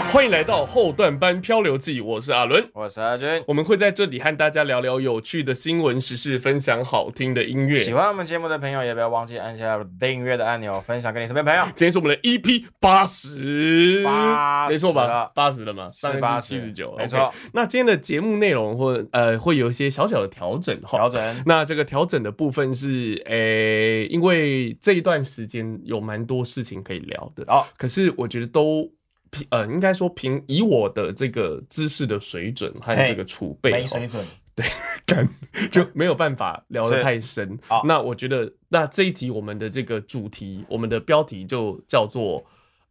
欢迎来到后段班漂流记，我是阿伦， 我是阿军。 我们会在这里和大家聊聊有趣的新闻时事，分享好听的音乐。 喜欢我们节目的朋友，也不要忘记按下订阅的按钮，分享给你身边朋友。 今天是我们的 EP 80，没错吧？80了嘛？上一次79， 没错。 Okay, 那今天的节目内容会有一些小小的调整。那这个调整的部分是，因为这一段时间有蛮多事情可以聊的，可是我觉得都。应该说以我的这个知识的水准和这个储备， 没水准， 对，就没有办法聊得太深。那我觉得，那这一题我们的这个主题，我们的标题就叫做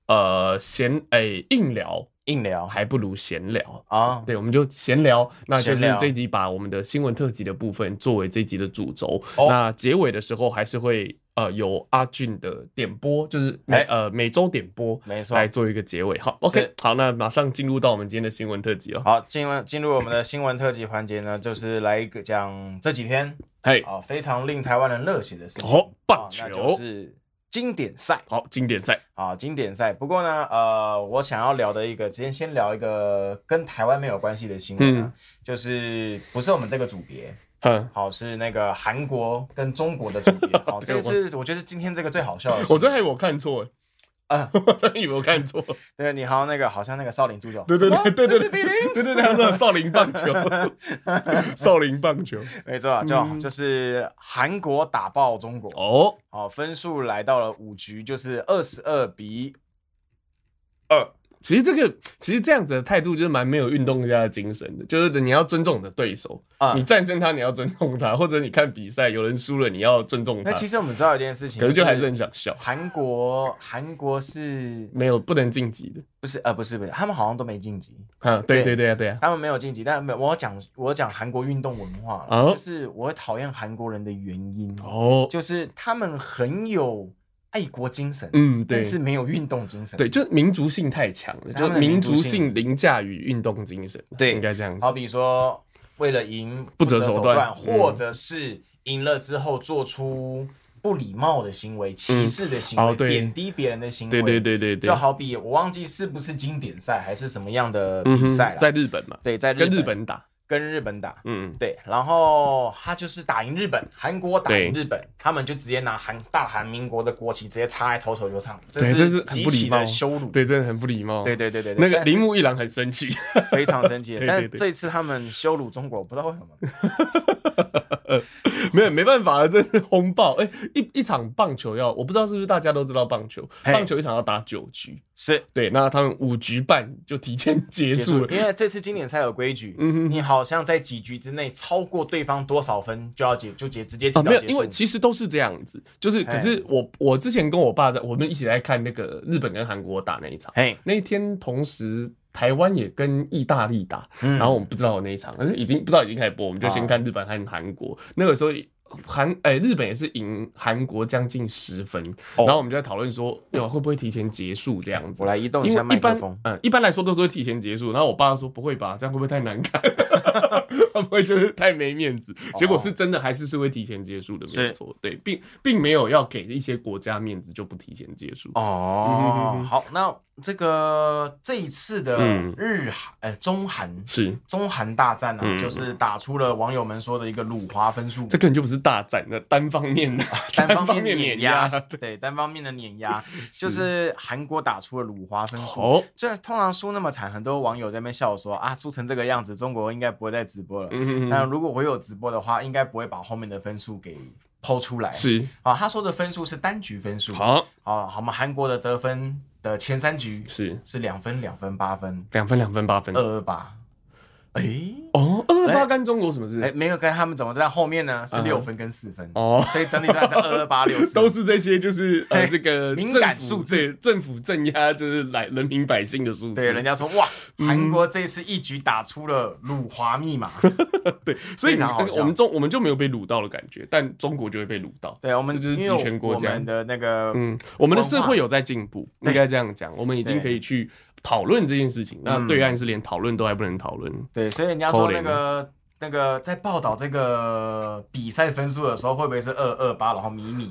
硬聊还不如闲聊啊。对，我们就闲聊，那就是这一集把我们的新闻特辑的部分作为这一集的主轴。那结尾的时候还是会有阿俊的点播，就是每周点播， 没错， 来做一个结尾。好 ，OK， 好，那马上进入到我们今天的新闻特辑了。 好，进入我们的新闻特辑环节呢，就是来讲这几天非常令台湾人热血的事情。 棒球， 那就是经典赛。 好，经典赛。 好，经典赛。不过呢，我想要聊的一个，先聊一个跟台湾没有关系的新闻啊，就是不是我们这个组别。好，是那个韩国跟中国的组别。好，这次我觉得今天这个最好笑的。 我真还以为我看错我真以为我看错。 对，你好，好像那个少林足球。 对，那个少林棒球，少林棒球， 没错，就是韩国打爆中国。好，分数来到了5局，就是22-2。 其实这样子的态度就是蛮没有运动家的精神的，就是你要尊重你的对手，你战胜他你要尊重他，或者你看比赛有人输了你要尊重他。 那其实我们知道一件事情， 可是就还是很想笑。 韩国是没有不能晋级的， 不是，他们好像都没晋级。 对啊， 他们没有晋级，但我讲韩国运动文化，就是我讨厌韩国人的原因，就是他们很有爱国精神，对，但是没有运动精神， 对，就是民族性太强了，就民族性凌驾于运动精神，对，应该这样子。 好比说，为了赢不择手段， 或者是赢了之后做出不礼貌的行为、歧视的行为、贬低别人的行为， 对， 就好比我忘记是不是经典赛还是什么样的比赛了， 在日本嘛， 对， 跟日本打。 对，然后他就是打赢日本，韩国打赢日本，他们就直接拿大韩民国的国旗直接插在投手球场，这是极其的羞辱， 对，真的很不礼貌， 对， 那个铃木一郎很生气， 非常生气，但是这次他们羞辱中国，不知道为什么，没办法了，这是轰爆，一场棒球我不知道是不是大家都知道棒球一场要打9局， 是对， 那他们5局半就提前结束了， 因为这次经典赛有规矩，你好像在几局之内超过对方多少分就直接提到结束。 没有，因为其实都是这样子，就是可是我之前跟我爸我们一起在看那个日本跟韩国打那一场，那一天同时台湾也跟意大利打，然后我们不知道那一场，不知道已经开始播，我们就先看日本和韩国。那个时候日本也是赢韩国将近10分，然后我们就在讨论说，会不会提前结束这样子？ 我来移动一下麦克风。 一般来说都是会提前结束，然后我爸说不会吧，这样会不会太难看？会不会就是太没面子？结果是真的还是会提前结束的，没错，对，并没有要给一些国家面子就不提前结束。 好，那这一次的中韩大战啊，就是打出了网友们说的一个辱华分数， 这根本就不是大战，单方面的碾压，对，单方面的碾压，就是韩国打出了辱华分数。这通常输那么惨，很多网友在那边笑说输成这个样子，中国应该不会再直播了。那如果我有直播的话，应该不会把后面的分数给抛出来。 是他说的分数是单局分数。好，我们韩国的得分的前3局是2分、2分、8分 ，2分、2分、8分 ，228。 228跟中国什么事？ 没有跟他们怎么在后面呢？是6分跟4分所以整体上是22864， 都是这些就是这个敏感数字， 政府镇压就是人民百姓的数字。 对，人家说哇，韩国这次一局打出了辱华密码， 对，所以我们就没有被辱到的感觉，但中国就会被辱到。 对，我们这就是集权国家， 我们的那个我们的社会有在进步，应该这样讲，我们已经可以去讨论这件事情。那对岸是连讨论都还不能讨论。 对，所以人家说那个那个在报道这个比赛分数的时候，会不会是228，然后米，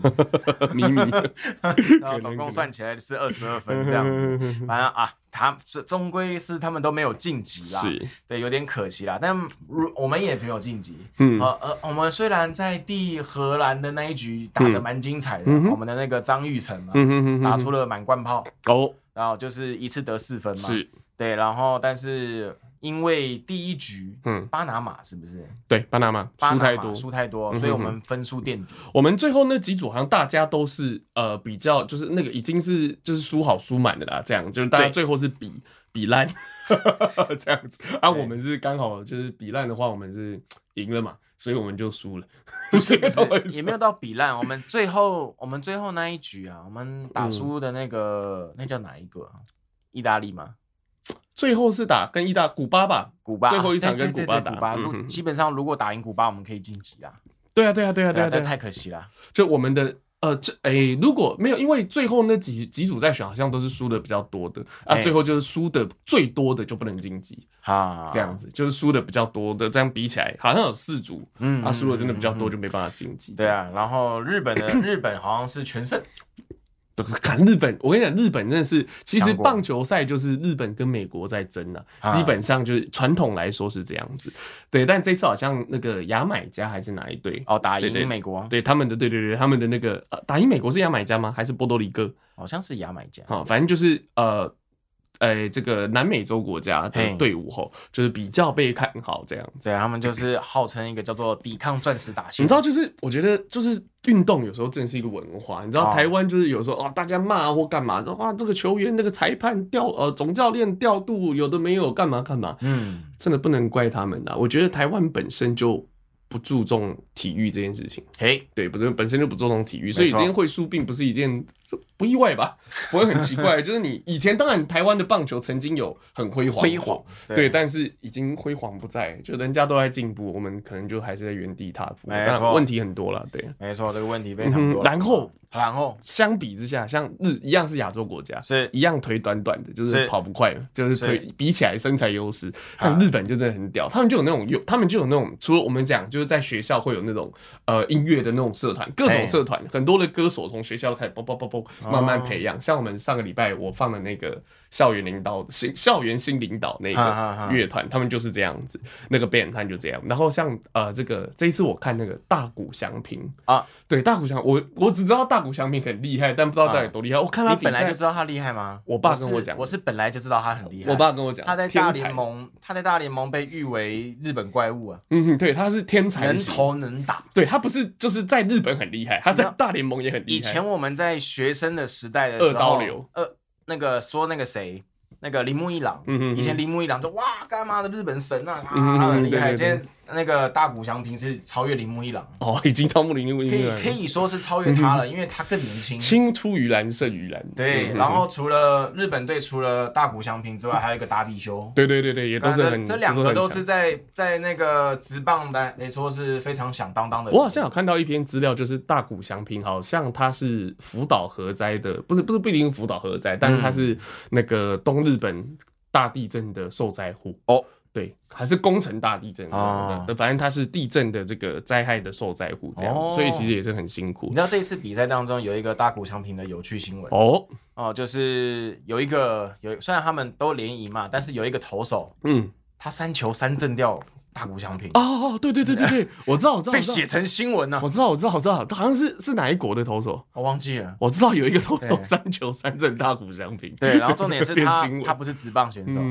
然后总共算起来是22分这样子。反正啊，终归是他们都没有晋级啦，对，有点可惜啦。但我们也没有晋级。我们虽然在荷兰的那一局打得蛮精彩的，我们的那个张玉成嘛，打出了满贯炮然后就是一次得4分嘛，对，然后但是。因为第一局，巴拿马是不是？ 对，巴拿马输太多，所以我们分数垫底。 我们最后那几组好像大家都是比较，就是那个已经是就是输好输满的啦，这样就是大家最后是比烂这样子啊。我们是刚好就是比烂的话，我们是赢了嘛，所以我们就输了。 不是也没有到比烂，我们最后那一局啊，我们打输的那个那叫哪一个啊？意大利吗？ 最后是打跟古巴吧，最后一场跟古巴打。 古巴基本上如果打赢古巴，我们可以晋级啦。 对啊， 但太可惜了。 就我们的如果没有，因为最后那几组在选好像都是输的比较多的啊，最后就是输的最多的就不能晋级啊，这样子就是输的比较多的，这样比起来好像有4组，输的真的比较多就没办法晋级。 对啊，然后日本好像是全胜。 看日本，我跟你讲，日本真的是，其实棒球赛就是日本跟美国在争基本上就是传统来说是这样子。对，但这次好像那个牙买加还是哪一队打赢美国， 对他们的对他们的那个打赢美国是牙买加吗？还是波多黎各？ 好像是牙买加。 反正就是这个南美洲国家的队伍就是比较被看好这样子。 对，他们就是号称一个叫做抵抗钻石打线。 你知道，就是我觉得就是运动有时候真的是一个文化。你知道台湾就是有时候大家骂或干嘛，说这个球员那个裁判总教练调度有的没有干嘛，真的不能怪他们啦。我觉得台湾本身就不注重体育这件事情，对，本身就不注重体育，所以今天会输并不是一件不意外吧？不会很奇怪，就是你以前当然台湾的棒球曾经有很辉煌，对，但是已经辉煌不在，就人家都在进步，我们可能就还是在原地踏步，当然问题很多了，对， 没错，这个问题非常多。 然后相比之下，像一样是亚洲国家，是一样腿短短的，就是跑不快，就是腿比起来身材优势，看日本就真的很屌，他们就有那种，除了我们讲就是在学校会有那种音乐的那种社团，各种社团，很多的歌手从学校开始慢慢培养。像我们上个礼拜我放的那个校园新领导那个乐团，他们就是这样子，那个 band 他们就这样。然后像这一次我看那个大谷翔平对，大谷翔，我只知道大谷翔平很厉害，但不知道到底多厉害。我看他比赛， 你本来就知道他厉害吗？ 我爸跟我讲， 我是本来就知道他很厉害。 我爸跟我讲， 他在大联盟被誉为日本怪物啊。 对，他是天才， 能投能打。 对，他不是就是在日本很厉害，他在大联盟也很厉害。 以前我们在学生的时代的时候， 二刀流， 那个说那个谁。那个铃木一朗，以前铃木一朗就哇干嘛的日本神啊，他很厉害。今天那个大谷翔平是超越铃木一朗已经超越铃木一朗， 可以说是超越他了，因为他更年轻。 青出于蓝胜于蓝。 对，然后除了日本队，除了大谷翔平之外，还有一个达比修。 对，也都是很。 这两个都是在那个职棒来说是非常响当当的。 我好像有看到一篇资料，就是大谷翔平好像他是福岛核灾的，不一定是福岛核灾，但是他是那个东日本大地震的受灾户对，还是宫城大地震反正他是地震的这个灾害的受灾户这样子，所以其实也是很辛苦。 你知道这一次比赛当中有一个大谷翔平的有趣新闻就是虽然他们都连赢嘛，但是有一个投手他3球3震掉大谷翔平对，我知道被写成新闻了。 我知道，好像是哪一国的投手， 我忘记了。 我知道有一个投手3球3震大谷翔平， 对，然后重点是他不是职棒选手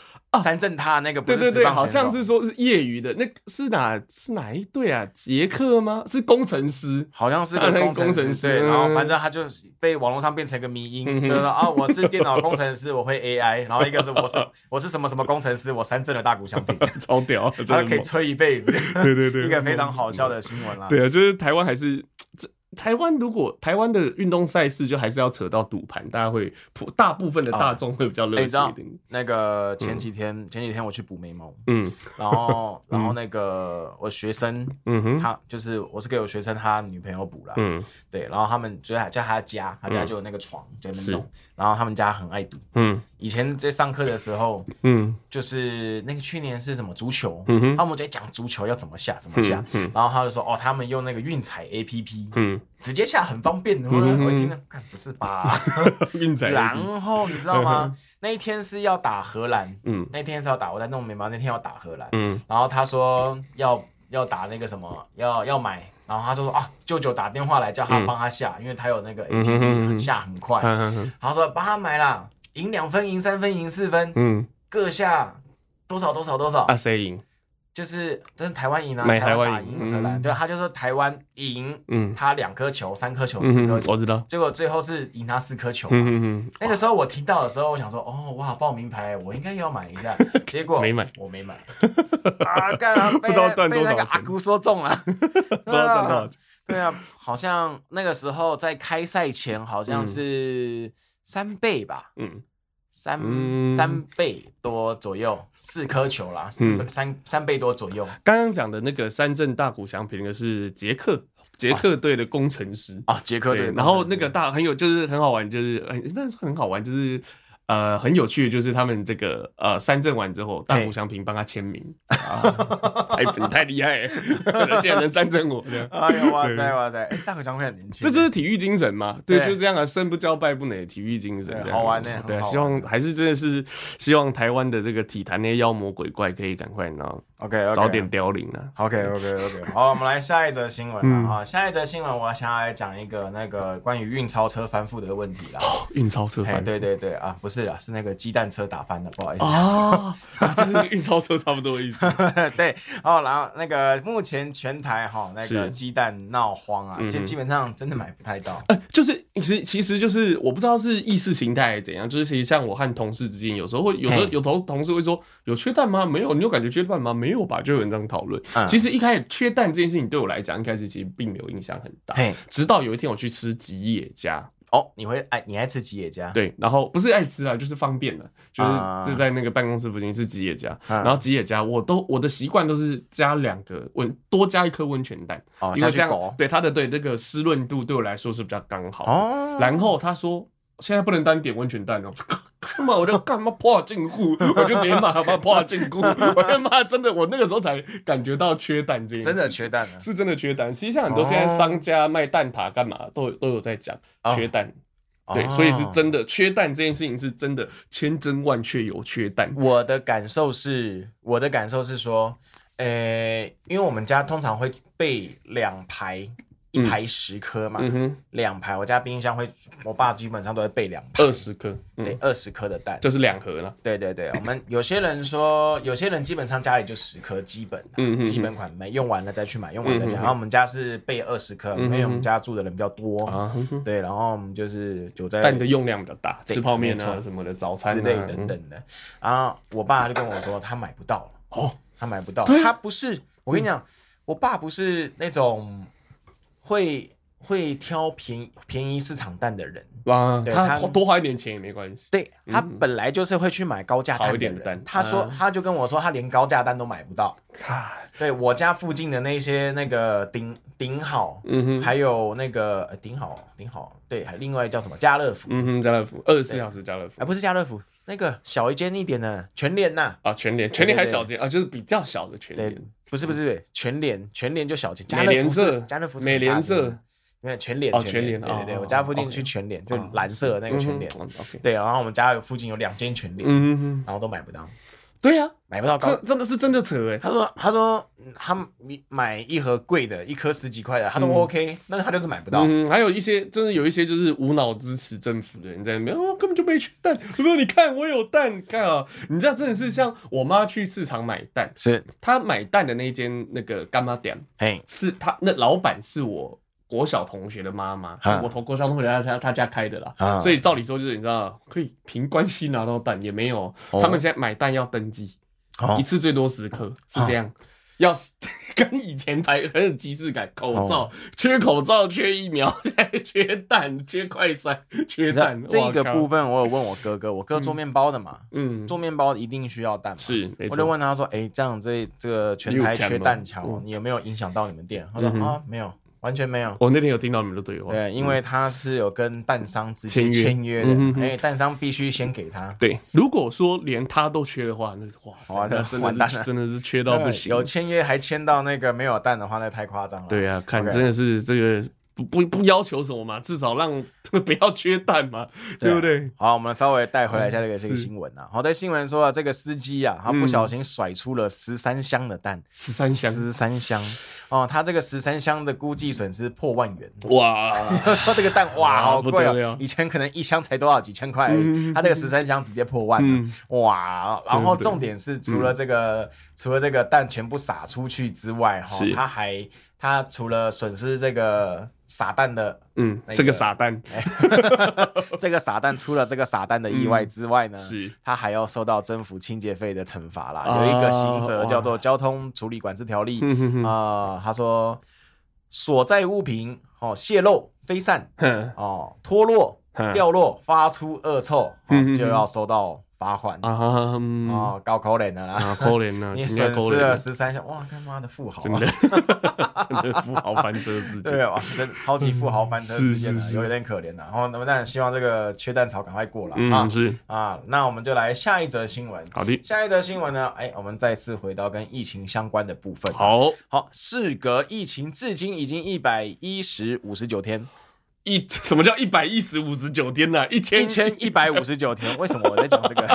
3震他那个不是职棒选手， 好像是说是业余的，那是哪一队啊？捷克吗？是工程师， 好像是个工程师。对，然后反正他就被网络上变成一个迷因，就是说我是电脑工程师，我会 AI， 然后一个是我是什么什么工程师，我3震了大谷翔平， 超屌， 他可以吹一辈子。 对， 一个非常好笑的新闻啦。 对啊，就是台湾还是。如果台湾的运动赛事就还是要扯到赌盘，大部分的大众会比较热血一点。 那个前几天我去补眉毛，然后那个我学生，他就是我是给我学生他女朋友补啦，对，然后他们就在他家就有那个床就在那边弄，然后他们家很爱赌， 以前在上课的时候，就是那个去年是什么足球，他们在讲足球要怎么下，然后他就说哦，他们用那个运彩 APP，直接下很方便。我一听呢，看不是吧？ 运彩。 然后你知道吗？那一天是要打荷兰，那天是要打，我在弄面包，那天要打荷兰，然后他说要打那个什么，要买。然后他就说啊，舅舅打电话来叫他帮他下，因为他有那个 APP 下很快。他说帮他买啦，赢2分，赢3分，赢4分，各下多少啊？谁赢？ 就是台湾赢啊， 台湾赢荷兰。对，他就说台湾赢，他2颗球、3颗球、4颗球， 我知道。结果最后是赢他4颗球。那个时候我听到的时候，我想说哦，哇，报名牌，我应该要买一下。结果没买， 我没买。啊，不知道赚多少钱，被那个阿姑说中了，不知道赚多少钱。 对啊，好像那个时候在开赛前好像是3倍吧。3倍多左右，4颗球啦，3倍多左右。 刚刚讲的那个三振大谷翔平的是捷克队的工程师啊，捷克队。 然后那个就是很好玩，就是很好玩，就是很有趣的，就是他们这个三振完之后，大谷翔平帮他签名，你太厉害了，竟然能三振我！ 哎呦哇塞！大谷翔平很年轻， 这就是体育精神嘛，对，就是这样啊，胜不骄败不馁，体育精神， 好玩呢。 对，希望还是真的是希望台湾的这个体坛那些妖魔鬼怪可以赶快 OK 早点凋零啊。 OK， 好，我们来下一则新闻啊。下一则新闻我想要来讲一个那个关于运钞车翻覆的问题啦。 运钞车翻覆？ 对啊，不是啦，是那个鸡蛋车打翻的，不好意思这是运钞车差不多的意思。 对，然后那个目前全台那个鸡蛋闹荒啊，就基本上真的买不太到。 就是其实就是我不知道是意识形态还是怎样，就是其实像我和同事之间，有时候有同事会说有缺蛋吗？没有，你有感觉缺蛋吗？没有吧，就有人这样讨论。其实一开始缺蛋这件事情对我来讲，一开始其实并没有影响很大，直到有一天我去吃吉野家。 你爱吃吉野家？ 对，然后不是爱吃啦，就是方便了，就是在那个办公室附近是吉野家，然后吉野家我的习惯都是加多加1颗温泉蛋，因为这样对它的那个湿润度对我来说是比较刚好。然后他说现在不能单点温泉蛋哦。我就干嘛破禁户，我就直接骂他破禁户，我就骂真的，我那个时候才感觉到缺蛋这件事， 真的缺蛋是真的缺蛋。实际上很多现在商家卖蛋挞干嘛都有在讲缺蛋，对，所以是真的缺蛋这件事情是真的千真万确有缺蛋。 我的感受是说，因为我们家通常会备2排。1排10颗嘛，2排，我家冰箱我爸基本上都会备2排 ，20颗， 对，20颗的蛋， 就是2盒了。 对，我们有些人基本上家里就10颗基本款，用完了再去买，用完了再去买。然后我们家是备20颗，因为我们家住的人比较多，对，然后我们就是有在。 但你的用量比较大，吃泡面啊什么的，早餐之类等等的。然后我爸就跟我说，他买不到他买不到，他不是，我跟你讲，我爸不是那种。会挑便宜市场蛋的人， 他多花一点钱也没关系。 对，他本来就是会去买高价蛋的人。他就跟我说，他连高价蛋都买不到。对，我家附近的那些那个顶好，还有那个顶好，对，还另外叫什么家乐福， 家乐福24小时家乐福， 不是家乐福，那个小一间一点的全联呐。 全联还小间就是比较小的全联。 不是全联就小间， 家乐福美联社， 因为全联对，我家附近去全联，就蓝色的那个全联，对，然后我们家附近有2间全联，然后都买不到。 对呀， 买不到真的是真的扯哎。 他说他买1盒贵的，1颗10几块的，他都 OK，但是他就是买不到。 还有一些就是无脑支持政府的人在那边，根本就没缺蛋。你看我有蛋，看啊，你知道真的是像我妈去市场买蛋， 是她买蛋的那一间那个干妈店，是她那老板是我国小同学的妈妈，是我国小同学他家开的啦，所以照理说就是你知道可以凭关系拿到蛋，也没有，他们现在买蛋要登记，一次最多10颗，是这样，要跟以前很有即视感，缺口罩，缺疫苗，缺蛋，缺快筛，缺蛋。 这个部分我有问我哥，我哥做面包的嘛，做面包一定需要蛋嘛， 是， 我就问他说，这样这个全台缺蛋桥，你有没有影响到你们店？他说没有。 完全没有。 我那天有听到你们的对话。 对，因为他是有跟蛋商直接签约的，蛋商必须先给他。 对，如果说连他都缺的话，那哇塞，那真的是缺到不行。 有签约还签到那个没有蛋的话，那太夸张了。 对啊，看真的是这个。不要求什么嘛，至少让不要缺蛋嘛，对不对？ 好，我们稍微带回来一下这个新闻啊。好，在新闻说这个司机啊，他不小心甩出了13箱的蛋，13箱哦，他这个13箱的估计损失破万元。哇，这个蛋哇好贵哦，以前可能一箱才多少几千块而已，他这个13箱直接破万了，哇！然后重点是除了这个蛋全部撒出去之外，他除了损失这个撒蛋的， 这个撒蛋， 这个撒蛋出了这个撒蛋的意外之外呢，他还要受到政府清洁费的惩罚啦。有一个刑责叫做《交通处理管制条例》他说所在物品泄漏、飞散、脱落、掉落、发出恶臭，就要收到罚款高可怜的啦， 可怜了， 你损失了13箱，哇，他妈的富豪， 真的富豪翻车事件， 对啊，真超级富豪翻车事件了，有点可怜了。然后，那么当然希望这个缺蛋潮赶快过了那我们就来下一则新闻。 好的， 下一则新闻呢，我们再次回到跟疫情相关的部分。 好， 事隔疫情至今已经159天。 什么叫159天呢 ？1159天。为什么我在讲这个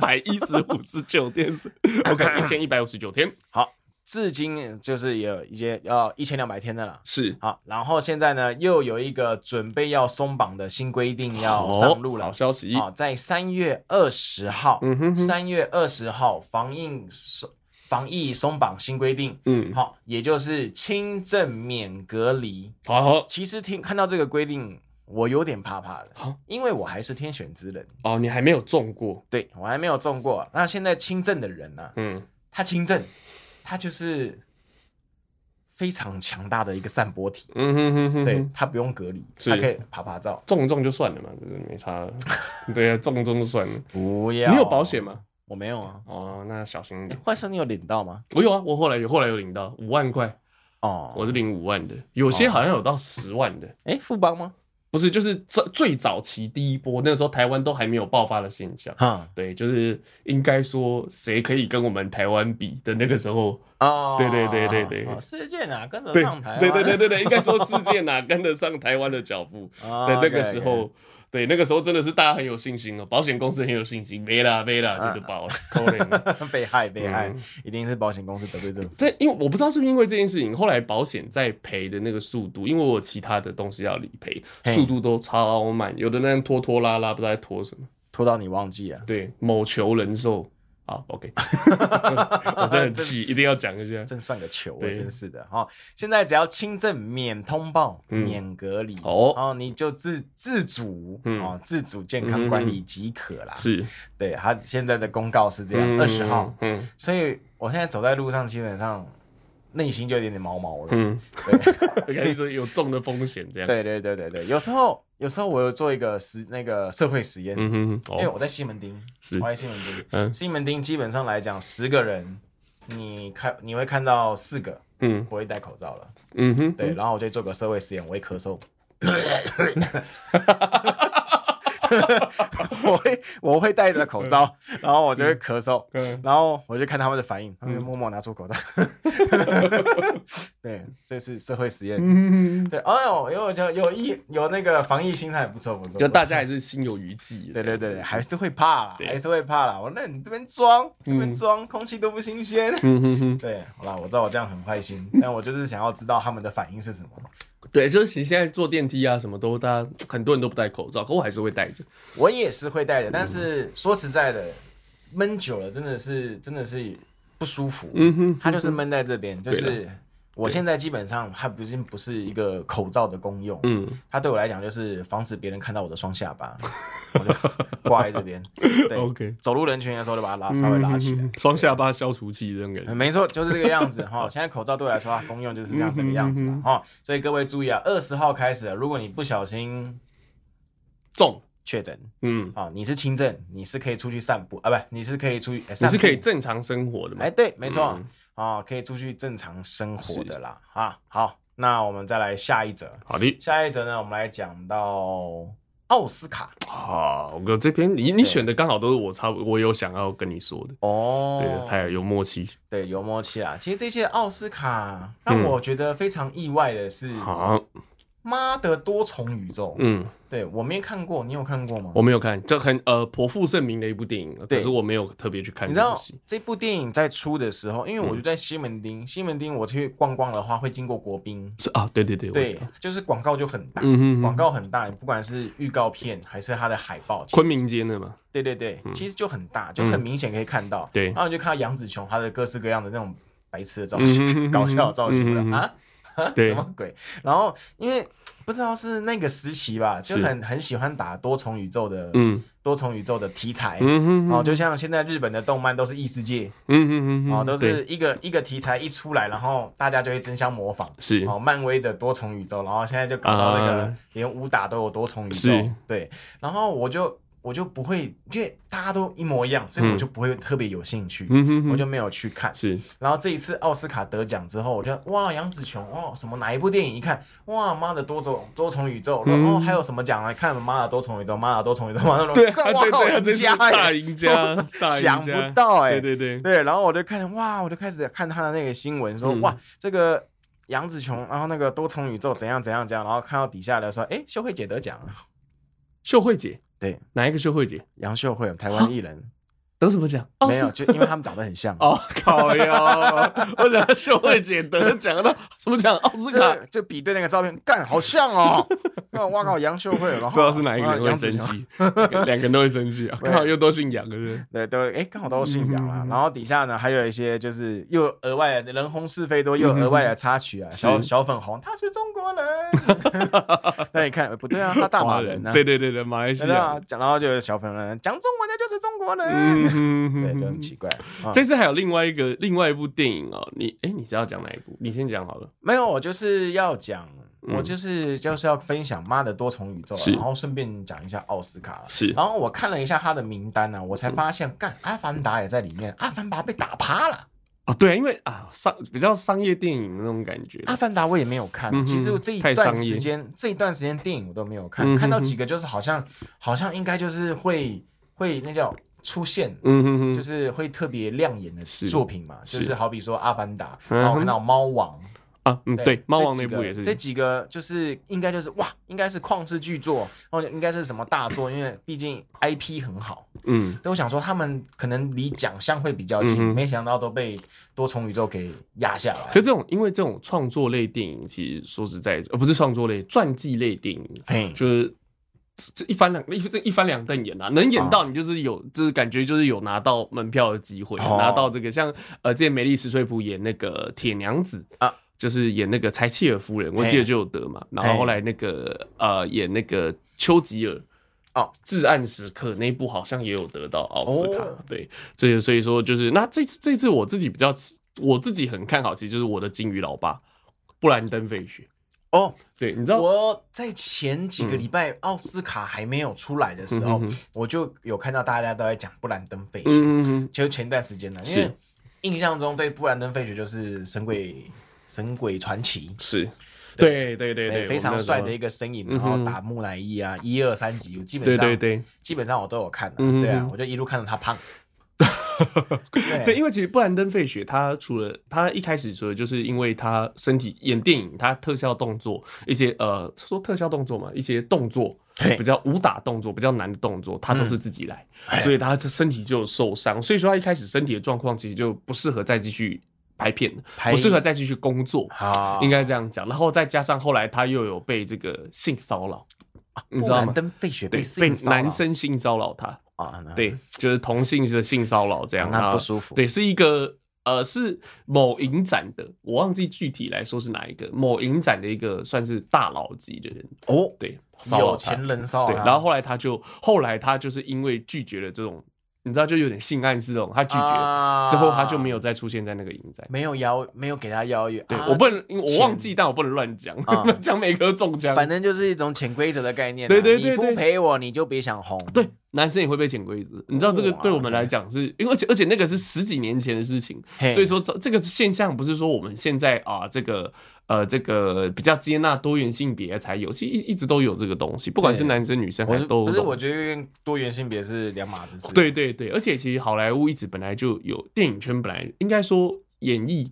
？159天是 OK，1159天。 好，至今就是有一些要1200天的了。 是好，然后现在呢，又有一个准备要松绑的新规定要上路了。 好消息！ 在3月20号，3月20号防疫松绑新规定，也就是轻症免隔离。其实看到这个规定，我有点怕怕的，因为我还是天选之人。 你还没有中过？ 对，我还没有中过。那现在轻症的人呢？他轻症，他就是非常强大的一个散播体。对，他不用隔离，他可以爬照， 中就算了嘛，就是没差了。对啊，中就算了。 不要， 你有保险吗？ 我没有啊。 那小心一点。 换生你有领到吗？ 我有啊，我后来有领到5万块。我是领5万的，有些好像有到10万的。 富邦吗？ 不是，就是最早期第一波，那个时候台湾都还没有爆发的现象。对，就是应该说谁可以跟我们台湾比的那个时候。对， 世界哪跟得上台湾？ 对，应该说世界哪跟得上台湾的脚步？对，那个时候。对，那个时候真的是大家很有信心保险公司很有信心，没啦，就爆了，可怜。 被害，一定是保险公司得罪政府。 因为我不知道是不是因为这件事情，后来保险在赔的那个速度，因为我有其他的东西要理赔，速度都超慢，有的那样拖拉拉，不知道在拖什么， 拖到你忘记了。 对，某球人寿。好 ，OK， 我真的很气，一定要讲一下， 真算个球，真是的现在只要轻症免通报、免隔离你就自主自主健康管理即可啦。是，对，他现在的公告是这样，20号。所以我现在走在路上，基本上内心就有点毛毛了。 对，可以说有重的风险这样。 对，有时候我有做一个那个社会实验，因为我在西门町，西门町基本上来讲，10个人你会看到4个不会戴口罩了。对，然后我就做个社会实验，我会咳嗽。我会戴着口罩，然后我就会咳嗽，然后我就看他们的反应，他们就默默拿出口罩。对，这是社会实验。对，有那个防疫心态不错， 就大家还是心有余悸。 对，还是会怕啦，我那你这边装，空气都不新鲜。对，好啦，我知道我这样很坏心，但我就是想要知道他们的反应是什么。 对，就是其实现在坐电梯啊，什么都很多人都不戴口罩，可我还是会戴着。 我也是会戴的，但是说实在的，闷久了真的是不舒服。它就是闷在这边，就是我现在基本上它不是一个口罩的功用，它对我来讲就是防止别人看到我的双下巴，我就挂在这边。对 ，OK， 走入人群的时候就把它稍微拉起来， 双下巴消除器这种感觉。 没错，就是这个样子哈。现在口罩对我来说功用就是这个样子哈。所以各位注意啊，20号开始了，如果你不小心确诊，你是轻症，你是可以出去散步啊，不，你是可以出去， 你是可以正常生活的嘛？ 对，没错，可以出去正常生活的啦。好， 那我们再来下一则。 好的， 下一则呢，我们来讲到奥斯卡。 好，哥这篇你选的刚好都是我有想要跟你说的哦。对，太有默契。 对，有默契啦。其实这届奥斯卡让我觉得非常意外的是，妈的多重宇宙。对我没看过，你有看过吗？ 我没有看，这很颇负盛名的一部电影，可是我没有特别去看。 你知道这部电影在出的时候，因为我就在西门町，我去逛逛的话会经过国宾。 是啊，对， 就是广告就很大，广告很大，不管是预告片还是它的海报， 昆明街的嘛。 对，其实就很大，就很明显可以看到。对，然后你就看到杨紫琼她的各式各样的那种白痴的造型，搞笑的造型啊。什么鬼？然后因为不知道是那个时期吧，就很喜欢打多重宇宙的题材，就像现在日本的动漫都是异世界，都是一个题材一出来，然后大家就会争相模仿，是漫威的多重宇宙，然后现在就搞到那个连武打都有多重宇宙，对，然后我就不会，因为大家都一模一样，所以我就不会特别有兴趣，我就没有去看。是，然后这一次奥斯卡得奖之后，我就哇，杨紫琼哦，什么哪一部电影一看，哇妈的多重宇宙，然后还有什么奖来看妈的多重宇宙，妈的多重宇宙，妈的对， 哇靠，赢家大赢家， 想不到对， 然后我就看哇，我就开始看他的那个新闻说哇这个杨紫琼，然后那个多重宇宙怎样，然后看到底下的说秀慧姐得奖了， 秀慧姐。 对， 哪一个秀慧姐？ 杨秀慧，台湾艺人。 得什么奖？ 没有，就因为他们长得很像。 哦，靠腰！我想秀慧姐得奖了，什么奖？奥斯卡。 就比对那个照片，干好像哦。哇靠，杨秀慧，然后不知道是哪一个人会生气，两个人都会生气啊。刚好又都姓杨，对不对？ 对，都刚好都姓杨啦。然后底下呢，还有一些就是又额外的人红是非多，又额外的插曲啊，小粉红，他是中国人。那你看不对啊，他大马人啊。 对，马来西亚。 然后就有小粉人讲中文的就是中国人。对，就很奇怪。 这次还有另外一部电影哦，你是要讲哪一部？你先讲好了。 没有，我就是要讲，我就是要分享妈的多重宇宙，然后顺便讲一下奥斯卡。是，然后我看了一下他的名单呢，我才发现，阿凡达也在里面，阿凡达被打趴了。 哦，对，因为比较商业电影那种感觉。 阿凡达我也没有看，其实这一段时间电影我都没有看，看到几个就是好像应该就是会那叫出现，就是会特别亮眼的作品嘛，就是好比说《阿凡达》，然后看到《猫王》 对，《猫王》那部也是， 这几个就是应该就是哇，应该是旷世巨作，然后应该是什么大作，因为毕竟 IP 很好，但我想说他们可能离奖项会比较近，没想到都被多重宇宙给压下来。 可是因为这种创作类电影，其实说实在，不是创作类，传记类电影，就是这一翻两瞪眼啊，能演到你就是感觉就是有拿到门票的机会，拿到这个像之前梅丽史翠普演那个铁娘子啊。就是演那个柴契尔夫人，我记得就有得嘛。然后后来那个演那个丘吉尔至暗时刻那一部好像也有得到奥斯卡。对，所以说就是那这次我自己很看好，其实就是我的金鱼老爸布兰登·费雪。对，你知道我在前几个礼拜奥斯卡还没有出来的时候，我就有看到大家都在讲布兰登·费雪。就前段时间呢，因为印象中对布兰登·费雪就是神鬼传奇， 是，对， 非常帅的一个身影，然后打木乃伊啊，1、2、3集，基本上我都有看的，对啊，我就一路看着他胖。 对，因为其实布兰登·费雪他一开始除了就是因为他身体演电影，他特效动作一些说特效动作嘛，一些动作比较武打动作比较难的动作，他都是自己来，所以他身体就受伤，所以说他一开始身体的状况其实就不适合再继续拍片，不适合再继续工作，应该这样讲。然后再加上后来他又有被这个性骚扰，你知道吗？布兰登· 费雪被男生性骚扰他对，就是同性的性骚扰这样， 那不舒服。 对，是一个是某影展的，我忘记具体来说是哪一个某影展的一个算是大佬级的人对， 有钱人骚扰对，然后后来他就是因为拒绝了这种。你知道就有点性暗示那种，他拒绝之后，他就没有再出现在那个影展， 没有给他邀约。 对，我不能，我忘记，但我不能乱讲，讲每个都中枪。 反正就是一种潜规则的概念。 对， 你不陪我，你就别想红。 对，男生也会被潜规则。你知道这个对我们来讲是，因为而且那个是10几年前的事情，所以说这个现象不是说我们现在这个这个比较接纳多元性别才有，其实一直都有这个东西，不管是男生女生还都。 不是，我觉得多元性别是两码子事。 对对对，而且其实好莱坞一直本来就有电影圈，本来应该说演艺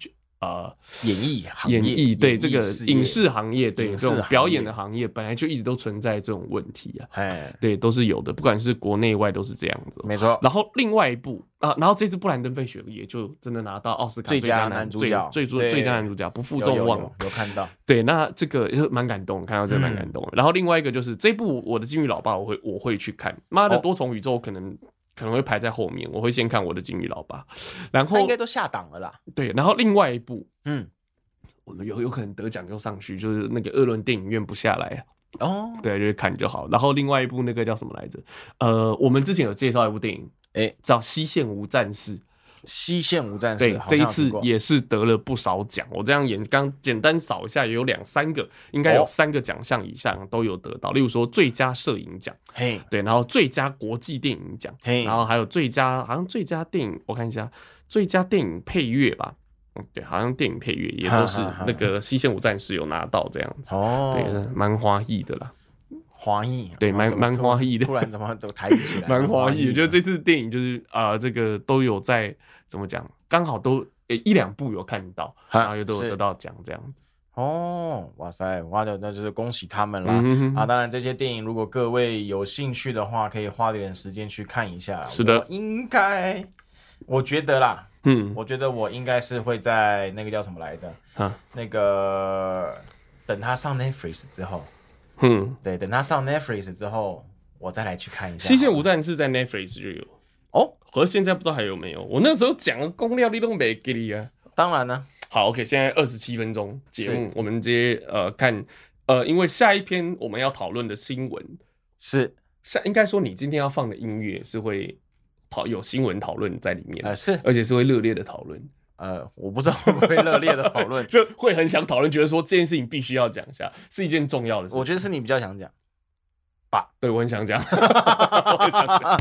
对这个影视行业，对这种表演的行业，本来就一直都存在这种问题啊。对，都是有的，不管是国内外都是这样子。 没错。 然后另外一部啊，然后这次布兰登·费雪也就真的拿到奥斯卡最佳男主角， 最佳男主角，不负众望。 有看到。 对，那这个也蛮感动，看到这个蛮感动。然后另外一个就是这部《我的金鱼老爸》，我会去看。妈的，多重宇宙可能会排在后面，我会先看《我的金鱼老爸》，然后应该都下档了啦。 对，然后另外一部，我们有可能得奖就上去，就是那个鄂伦电影院不下来啊。对，就是看就好。然后另外一部那个叫什么来着？我们之前有介绍一部电影，叫《西线无战事》。 西线无战事， 对，这一次也是得了不少奖。我这样刚简单扫一下，也有2-3个，应该有3个奖项以上都有得到。例如说最佳摄影奖，对，然后最佳国际电影奖，然后还有最佳电影，我看一下，最佳电影配乐吧。对，好像电影配乐也都是那个《西线无战事》有拿到这样子。对，蛮华裔的啦。 华裔， 对，蛮华裔的。 突然怎么都台语起来？ 蛮华裔的，就这次电影就是这个都有在怎么讲，刚好都1-2部有看到，然后又都有得到奖这样子。 哇塞，那就是恭喜他们啦！当然这些电影如果各位有兴趣的话，可以花点时间去看一下。 是的， 我觉得啦。我觉得我应该是会在那个叫什么来着？那个等他上 Netflix 之后，对，等他上 Netflix 之后，我再来去看一下。 西线无战事在 Netflix 就有可是现在不知道还有没有。我那时候讲的公料你都没给你啊。 当然呢。 好 ，OK， 现在27分钟节目，我们直接看因为下一篇我们要讨论的新闻是应该说你今天要放的音乐是会有新闻讨论在里面， 是， 而且是会热烈的讨论。 我不知道会不会热烈的讨论， 就会很想讨论，觉得说这件事情必须要讲一下，是一件重要的事情。 我觉得是你比较想讲吧？ 对，我很想讲，我很想讲。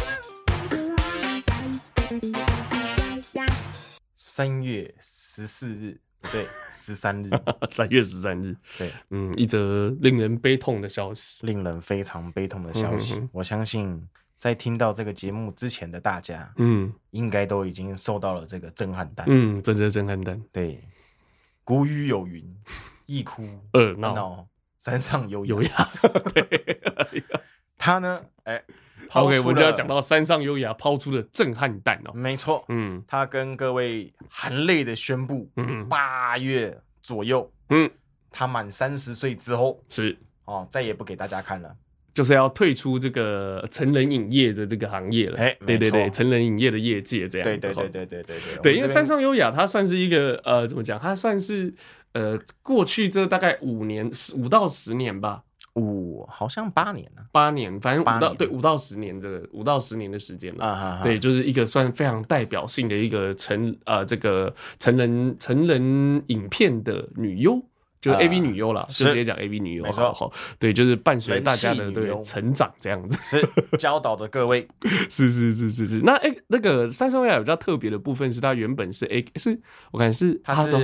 3月14日，对，13日 ，3月13日， 对， 一则令人悲痛的消息， 令人非常悲痛的消息。我相信在听到这个节目之前的大家，应该都已经受到了这个震撼弹， 真的震撼弹。 对，古语有云，一哭二闹三上悠亚。对， 他呢 ，OK， 我们就要讲到山上优雅抛出的震撼弹哦。 没错，他跟各位含泪的宣布，8月左右，他满30岁之后是再也不给大家看了， 就是要退出这个成人影业的这个行业了。对对对，成人影业的业界这样。对，因为山上优雅他算是一个怎么讲？他算是过去这大概5到10年吧。 好像8年了 ，8年，反正5到10年5到10年的时间了。对，就是一个算非常代表性的一个这个成人影片的女优。就是 AV 女优啦，就直接讲 AV 女优， 没错， 对，就是伴随大家的成长这样子， 是教导着各位， 是。那那个山上优雅比较特别的部分是，它原本是我感觉是它是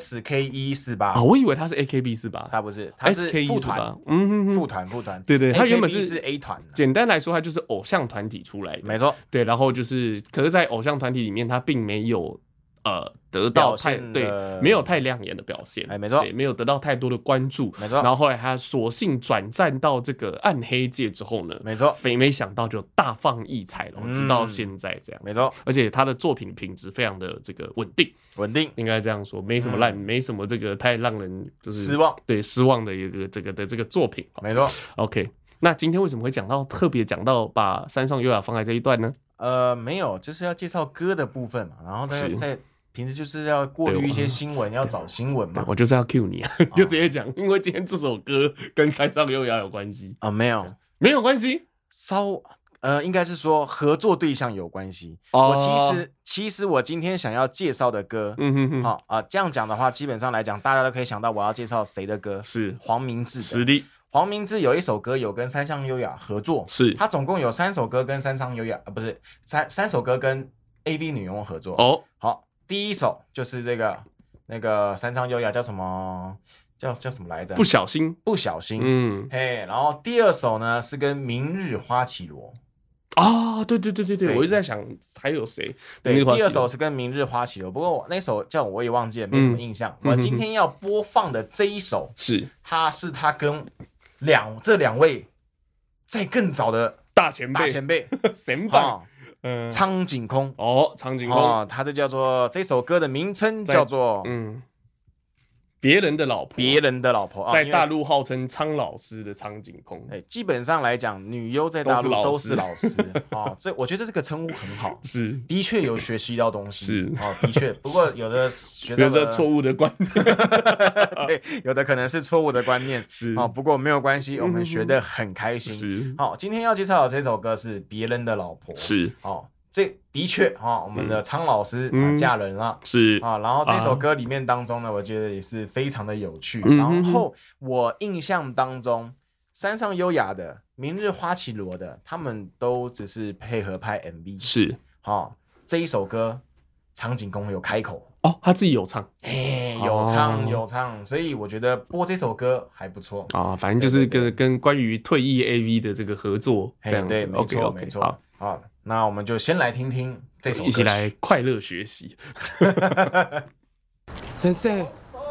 SKE48 我以为它是 AKB48， 它不是，它是副团，副团， 对，它原本是 A 团， 简单来说，它就是偶像团体出来的， 没错， 对，然后就是，可是，在偶像团体里面，它并没有。得到没有太亮眼的表现， 没错， 没有得到太多的关注， 没错。 然后后来他索性转战到这个暗黑界之后呢， 没错， 没想到就大放异彩了，直到现在这样， 没错。 而且他的作品品质非常的这个稳定，应该这样说，没什么烂，没什么这个太让人就是失望的一个这个作品， 没错。 OK， 那今天为什么会特别讲到把山上优雅放在这一段呢？ 没有，就是要介绍歌的部分嘛，然后在平时就是要过滤一些新闻，要找新闻嘛。 我就是要 cue 你啊，就直接讲，因为今天这首歌跟山上优雅有关系没有关系， 应该是说合作对象有关系。其实我今天想要介绍的歌，这样讲的话，基本上来讲，大家都可以想到我要介绍谁的歌， 是黄明志的。 是的， 黄明志有一首歌有跟山上优雅合作， 是他总共有3首歌跟山上优雅，不是三首歌跟 AV 女优合作。好。第一首就是那个山上优雅叫什么？ 叫什么来着？ 不小心， 然后第二首呢是跟明日花绮罗。 对，我一直在想还有谁。 对，第二首是跟明日花绮罗，不过那首叫我也忘记了，没什么印象。我今天要播放的这一首他跟这两位在更早的大前辈神棒。 苍井空苍井空他这叫做这首歌的名称叫做别人的老婆，在大陆号称苍老师的苍井空。 基本上来讲，女优在大陆都是老师我觉得这个称呼很好，的确有学习到东西，的确。不过有的学到了错误的观念， 对，有的可能是错误的观念，不过没有关系，我们学得很开心。今天要介绍的这首歌是别人的老婆，这的确我们的苍老师嫁人了，然后这首歌里面当中呢，我觉得也是非常的有趣。然后我印象当中，山上优雅的、明日花绮罗的，他们都只是配合拍 MV， 这一首歌苍井空有开口他自己有唱， 有唱，所以我觉得播这首歌还不错反正就是跟关于退役 AV 的这个合作这样子。 对，没错。好，那我们就先来听听这首歌， 一起来快乐学习。 先生。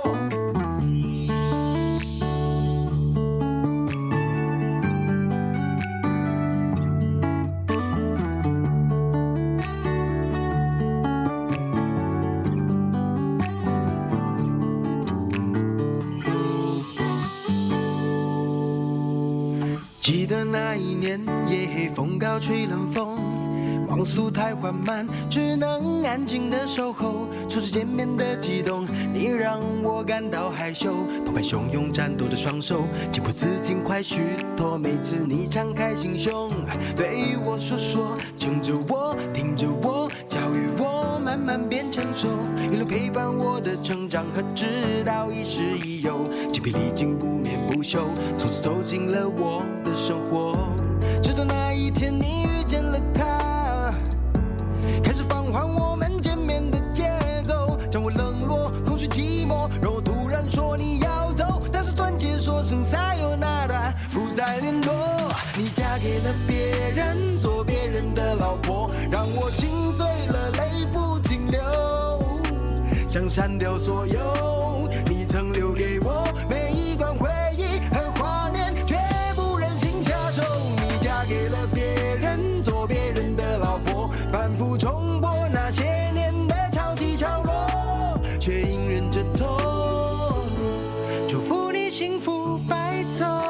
记得那一年，夜黑风高吹冷风，光速太缓慢，只能安静的守候。初次见面的激动，你让我感到害羞。澎湃汹涌战斗的双手，情不自禁快许多。每次你敞开心胸，对我说，牵着我，听着我，教育我，慢慢变成熟。一路陪伴我的成长和直到亦师亦友，精疲力尽不眠不休，从此走进了我的生活。直到那一天你遇见了他，开始放缓我们见面的节奏，将我冷落空虚寂寞，让我突然说你要走，但是转接说声sayonara，不再联络。你嫁给了别人，做别人的老婆，让我心碎了，泪不停流，想删掉所有你曾留给我每一段回忆和画面，却不忍心下手。你嫁给了别人，做别人的老婆，反复重播那些年的潮起潮落，却隐忍着痛，祝福你幸福白头。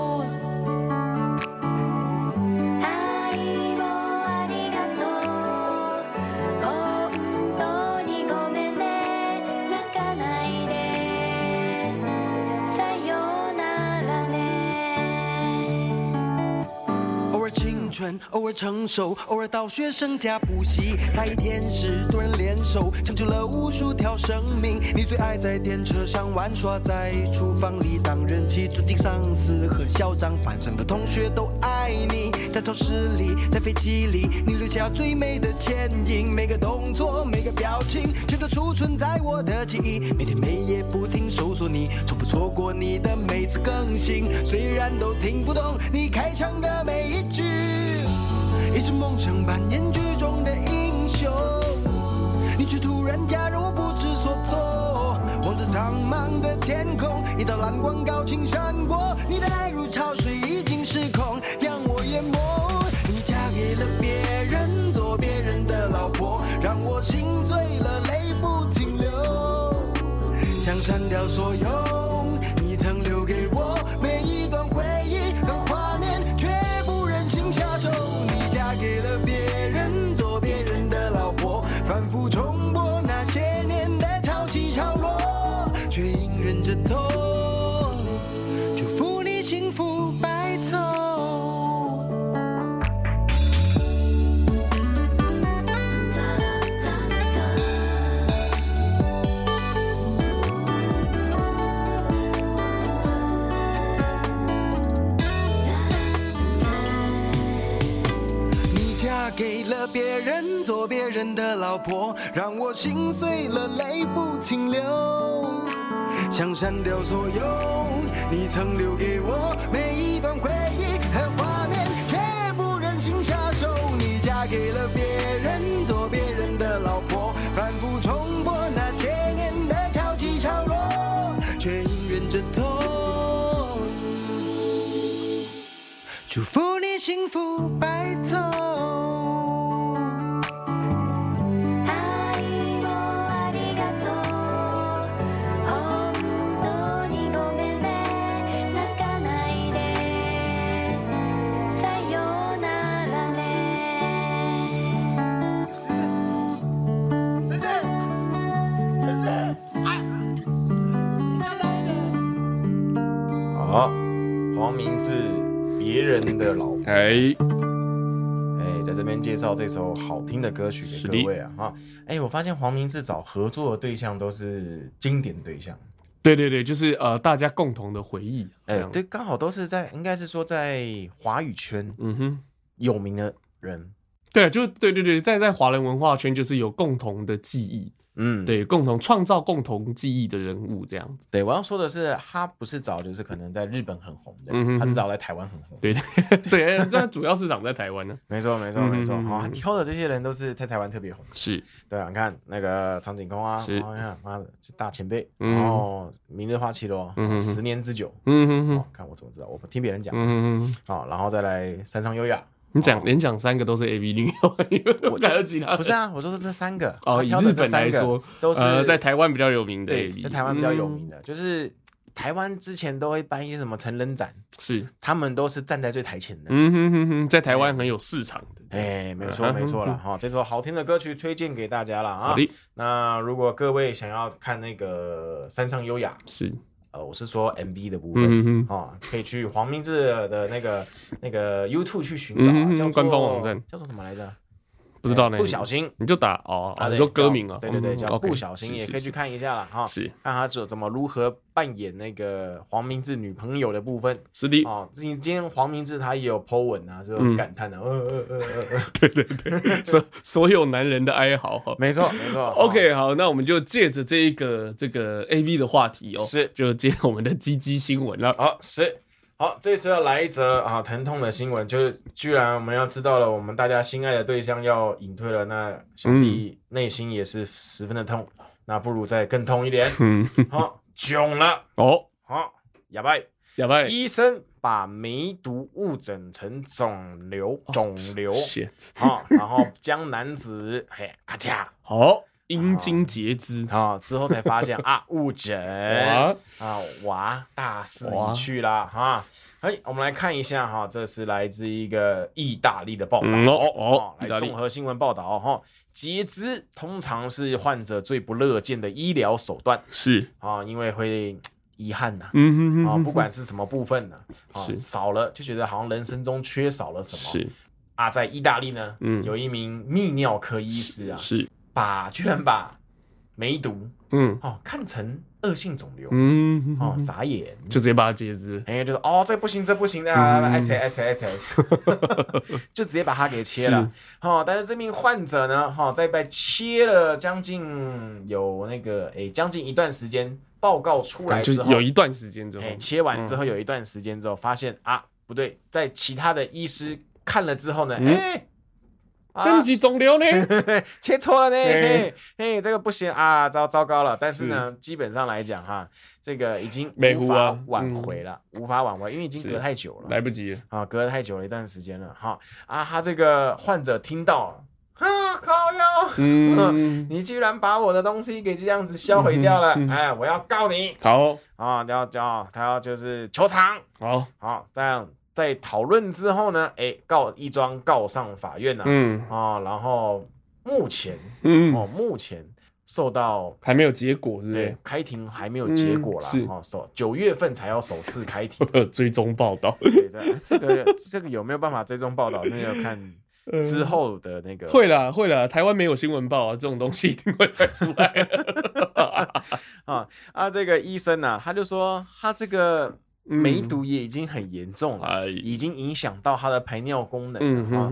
偶尔成熟，偶尔到学生家补习，白天时多人联手，成就了无数条生命。你最爱在电车上玩耍，在厨房里当人气，尊敬上司和校长，班上的同学都爱你。在超市里，在飞机里，你留下最美的倩影，每个动作，每个表情，全都储存在我的记忆。每天每夜不停搜索你，从不错过你的每次更新，虽然都听不懂你开场的每一句。一直梦想扮演剧中的英雄，你却突然加入我不知所措。望着苍茫的天空，一道蓝光高倾闪过，你的爱如潮水已经失控，将我淹没。你嫁给了别人，做别人的老婆，让我心碎了，泪不停流，想删掉所有你曾留给我每一段回忆和画面，却不忍心下手。给了别人，做别人的老婆，反复重播那些年的潮起潮落，却隐忍着痛，祝福你幸福白头。给了别人，做别人的老婆，让我心碎了，泪不停流， 想删掉所有你曾留给我每一段回忆和画面，却不忍心下手。你嫁给了别人，做别人的老婆，反复重播那些年的潮起潮落，却隐忍着痛。祝福你幸福白头。 好，黄明志别人的老婆，在这边介绍这首好听的歌曲给各位啊哈。我发现黄明志找合作的对象都是经典对象。 对，就是大家共同的回忆。 对，刚好都是应该是说在华语圈，有名的人。 对，就对，在华人文化圈就是有共同的记忆。对，共同创造共同记忆的人物这样子。 对，我要说的是，他不是找就是可能在日本很红的，他是找在台湾很红。 对，这主要市场在台湾呢。 没错。他挑的这些人都是在台湾特别红。 是， 对啊，你看那个苍井空啊，你看妈的，大前辈。然后明日花期咯，10年之久。看我怎么知道？我听别人讲。然后再来山上优雅。 你连讲3个都是 AV 女优，我还有其他？ 不是啊，我说是这3个。 以日本来说， 都是在台湾比较有名的 AV。 对，在台湾比较有名的，就是台湾之前都会办一些什么成人展， 是他们都是站在最台前的。 在台湾很有市场的。 没错了哈，这首好听的歌曲推荐给大家了啊。那如果各位想要看那个山上优雅， 是。 我是说 MV 的部分可以去黄明志的那个 YouTube 去寻找，叫官方网站叫做什么来着？ 不知道呢。 不小心你就打你说歌名啊？ 对，叫不小心，也可以去看一下啦哈。 是， 看他怎么如何扮演那个黄明志女朋友的部分。 是的今天黄明志他也有 po 文啊，就很感叹的。 对，所有男人的哀嚎。 没错。 OK， 好，那我们就借着这个 AV 的话题是， 就接我们的鸡鸡新闻了。 是。好，这次要来一则疼痛的新闻，就是居然我们要知道了，我们大家心爱的对象要隐退了，那想必内心也是十分的痛，那不如再更痛一点。囧了哑巴，医生把梅毒误诊成肿瘤，然后将男子咔嚓阴茎截肢之后才发现误诊大势已去啦我们来看一下这是来自一个意大利的报道来综合新闻报道截肢通常是患者最不乐见的医疗手段， 是因为会遗憾不管是什么部分少了就觉得好像人生中缺少了什么。 是在意大利呢，有一名泌尿科医师是居然把梅毒看成恶性肿瘤，傻眼， 就直接把它截肢， 就是这不行爱切，就直接把它给切了。但是这名患者呢，在被切了将近一段时间，报告出来之后， 有一段时间之后， 切完之后有一段时间之后，发现不对，在其他的医师看了之后呢， 这不是肿瘤呢， 切错了呢，这个不行糟糕了。但是呢，基本上来讲这个已经无法挽回了，无法挽回，因为已经隔太久了， 来不及了隔太久了一段时间了他这个患者听到靠腰，你居然把我的东西给这样子销毁掉了，我要告你， 好他要就是求偿，好这样。在讨论之后呢，一桩告上法院然后目前受到还没有结果，是不是？ 对，开庭还没有结果啦，9月份才要首次开庭。 追踪报道， 对，这个有没有办法追踪报道？那要看之后的那个。 会啦，台湾没有新闻报这种东西一定会再出来。 这个医生他就说他这个。梅毒也已经很严重了，已经影响到他的排尿功能了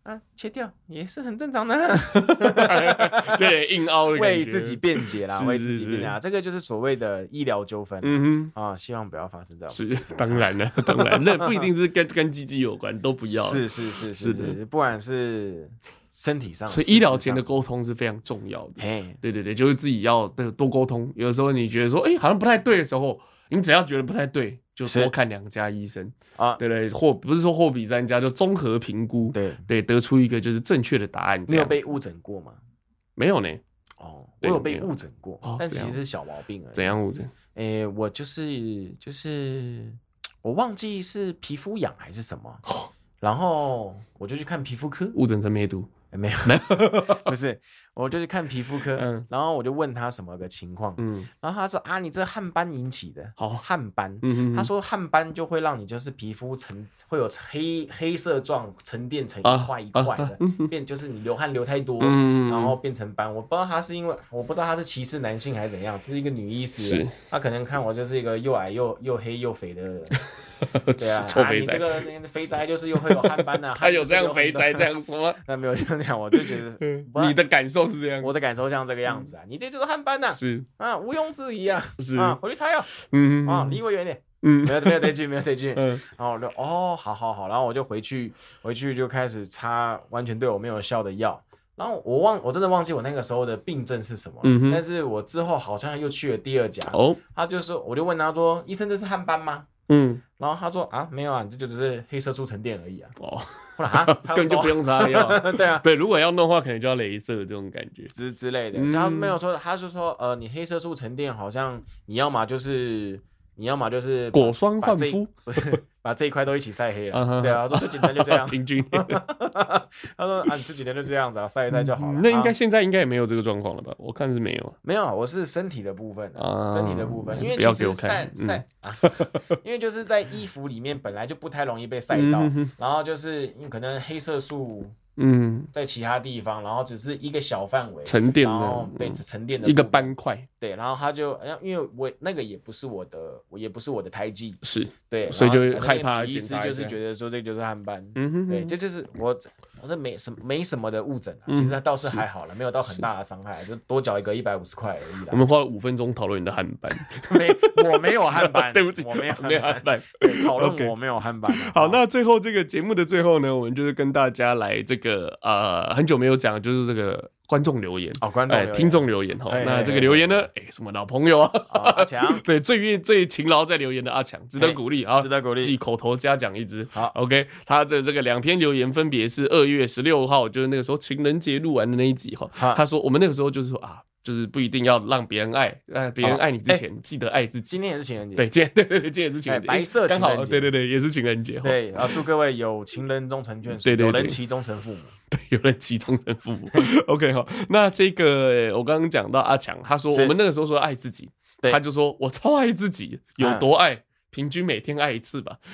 切掉也是很正常的， 对，硬凹的感觉， 为自己辩解啦，为自己辩解啦，这个就是所谓的医疗纠纷，希望不要发生在我们身上。 是，当然了，当然，那不一定是跟鸡鸡有关，都不要。 是，不管是身体上， 所以医疗前的沟通是非常重要的。对，就是自己要多沟通。有的时候你觉得说，好像不太对的时候，你只要觉得不太对，就多看2家医生啊，对，或不是说货比3家，就综合评估，对，得出一个就是正确的答案。 你有被误诊过吗？ 没有呢。 我有被误诊过，但其实是小毛病而已。 怎样误诊？ 我就是我忘记是皮肤痒还是什么，然后我就去看皮肤科， 误诊成梅毒。 没有，不是，我就去看皮肤科，然后我就问他什么个情况，然后他说你这汗斑引起的，汗斑，他说汗斑就会让你就是皮肤会有黑色状沉淀成一块一块的，变就是你流汗流太多，然后变成斑。我不知道他是因为我不知道他是歧视男性还是怎样，这是一个女医师，他可能看我就是一个又矮又黑又肥的人。对啊，你这个肥宅就是又会有汗斑啊。 他有这样肥宅这样说吗？ 那没有这样，我就觉得你的感受是这样， 我的感受像这个样子啊。你这就是汗斑呐， 是毋庸置疑啊， 是回去擦药，离我远点，没有这句，然后我就好，然后我就回去就开始擦完全对我没有效的药。然后我真的忘记我那个时候的病症是什么，但是我之后好像又去了第2家，他就说，我就问他说，医生这是汗斑吗？然后他说没有啊，这就只是黑色素沉淀而已啊。后来根本就不用擦药。 对啊， 对，如果要弄的话，可能就要雷射这种感觉之类的。他没有说，他就说你黑色素沉淀好像你要么就是果霜焕肤， 不是把这一块都一起晒黑了。对啊，他说最简单就这样， 平均。 他说你最简单就这样子啊，晒一晒就好了。 那现在应该也没有这个状况了吧？我看是没有。 没有，我是身体的部分，因为其实晒，因为就是在衣服里面本来就不太容易被晒到，然后就是可能黑色素。在其他地方，然后只是一个小范围沉淀的， 然后对沉淀的一个斑块， 对，然后他就因为我那个也不是我的胎记， 是对， 所以就害怕医师就是觉得说这就是汗斑，对，这就是我这没什么的误诊其实倒是还好了，没有到很大的伤害，就多缴一个150块而已啦。 我们花了5分钟讨论你的汗斑， 我没有汗斑， 对不起， 我没有汗斑， 讨论我没有汗斑。 好，那最后这个节目的最后呢，我们就是跟大家来这个很久没有讲，就是这个观众留言听众留言那这个留言呢，什么老朋友阿强， 对，最勤劳在留言的阿强，值得鼓励啊， 值得鼓励， 自己口头嘉奖一支。 好 ，OK， 他的这个2篇留言分别是2月16号，就是那个时候情人节录完的那一集他说我们那个时候就是说就是不一定要让别人爱，别人爱你之前，记得爱自己。 今天也是情人节， 对，今天也是情人节， 白色情人节， 对，也是情人节。 对，祝各位有情人终成眷属，有人妻终成父母。 对，有人妻终成父母。OK 那这个我刚刚讲到阿强，他说我们那个时候说爱自己，他就说我超爱自己，有多爱？平均每天爱1次吧，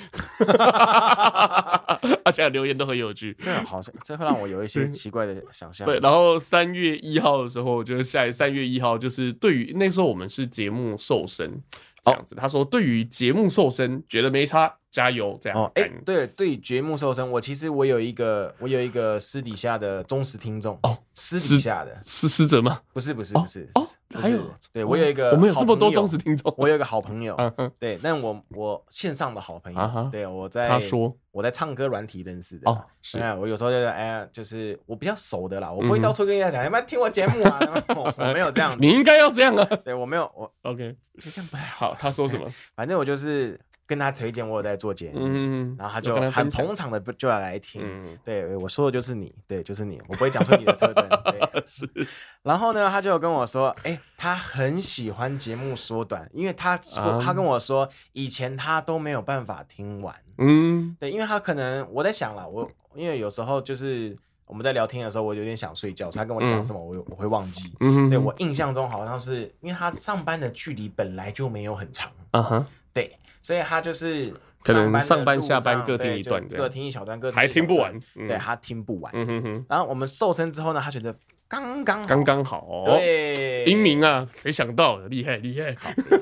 而且留言都很有趣， 这会让我有一些奇怪的想象。 对，然后3月1号的时候，就是3月1号，就是对于那时候我们是节目瘦身这样子，他说对于节目瘦身觉得没差，加油这样。 对于节目瘦身，我有一个私底下的忠实听众私底下的是师哲吗？ 不是还有对我有一个， 我们有这么多忠实听众， 我有一个好朋友，对，但我线上的好朋友，对，我在唱歌软体认识的，是，我有时候就是我比较熟的啦，我不会到处跟人家讲，要不要听我节目啊？我没有这样， 你应该要这样啊， 对我没有 OK， 就这样不太好。他说什么？ 反正我就是跟他推荐我有在做节目，然后他就很捧场的就来听，对，我说的就是你，对，就是你，我不会讲出你的特征，对，是。然后呢，他就跟我说，他很喜欢节目缩短，因为他跟我说，以前他都没有办法听完，对，因为他可能我在想啦，因为有时候就是我们在聊天的时候，我有点想睡觉，所以他跟我讲什么我会忘记，对，我印象中好像是因为他上班的距离本来就没有很长，对，所以他就是可能上班下班各听一段， 各听一小段，各还听不完， 对，他听不完。然后我们瘦身之后呢，他觉得刚刚刚刚好。 对， 英明啊，谁想到的？厉害厉害！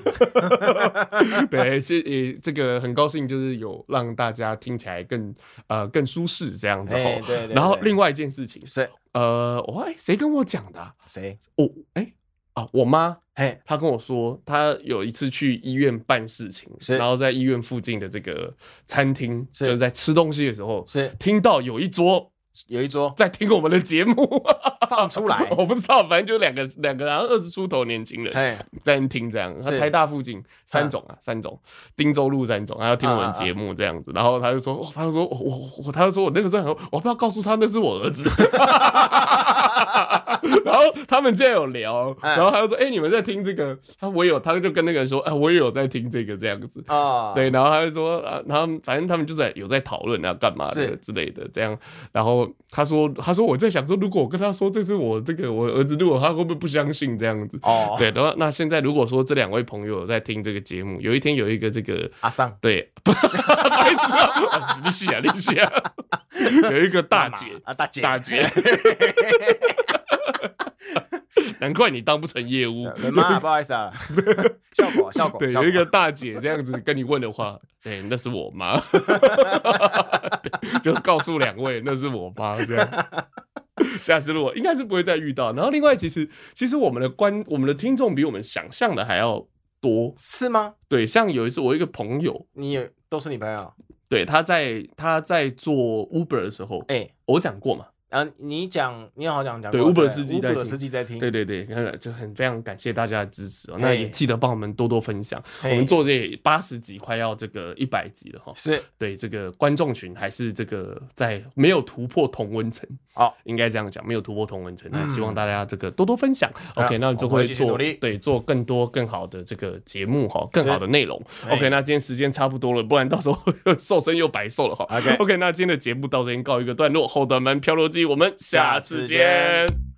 对，这个很高兴，就是有让大家听起来更舒适这样子。 对。 然后另外一件事情是谁跟我讲的啊？ 谁？ 我妈。她跟我说，她有一次去医院办事情，然后在医院附近的这个餐厅，就是在吃东西的时候，听到有一桌在听我们的节目放出来， 我不知道，反正就两个然后20出头年轻人在那听这样。他台大附近三种，汀州路3种，他要听我们节目这样子。然后他就说我那个时候我不要告诉他那是我儿子。然后他们竟然有聊，然后他就说：“你们在听这个？”他就跟那个人说：“我也有在听这个这样子。”对，然后他就说：“然后反正他们就是有在讨论啊，干嘛的之类的这样。”然后他说我在想说，如果我跟他说这是我儿子，如果他会不会不相信这样子？对，然后那现在如果说这2位朋友有在听这个节目，有一天有一个这个阿桑， 对，白痴啊，你是啊，有一个大姐，难怪你当不成业务。 妈，不好意思啊，效果。 对，有一个大姐这样子跟你问的话，对，那是我妈，就告诉2位那是我妈这样子。下次如果应该是不会再遇到。然后另外，其实我们的听众比我们想象的还要多， 是吗？ 对，像有一次我一个朋友， 都是你朋友？对， 他在做 Uber 的时候，我讲过嘛。 你好讲对 Uber 司机在听， 对，就非常感谢大家的支持那也记得帮我们多多分享。我们做这80集，快要这个100集了哈。 是对这个观众群还是这个在没有突破同温层应该这样讲，没有突破同温层。那希望大家这个多多分享。OK， 那就会做更多更好的这个节目更好的内容。OK， 那今天时间差不多了，不然到时候瘦身又白瘦了哈。OK， 那今天的节目到这边告一个段落，后段班漂流记。我们下次见。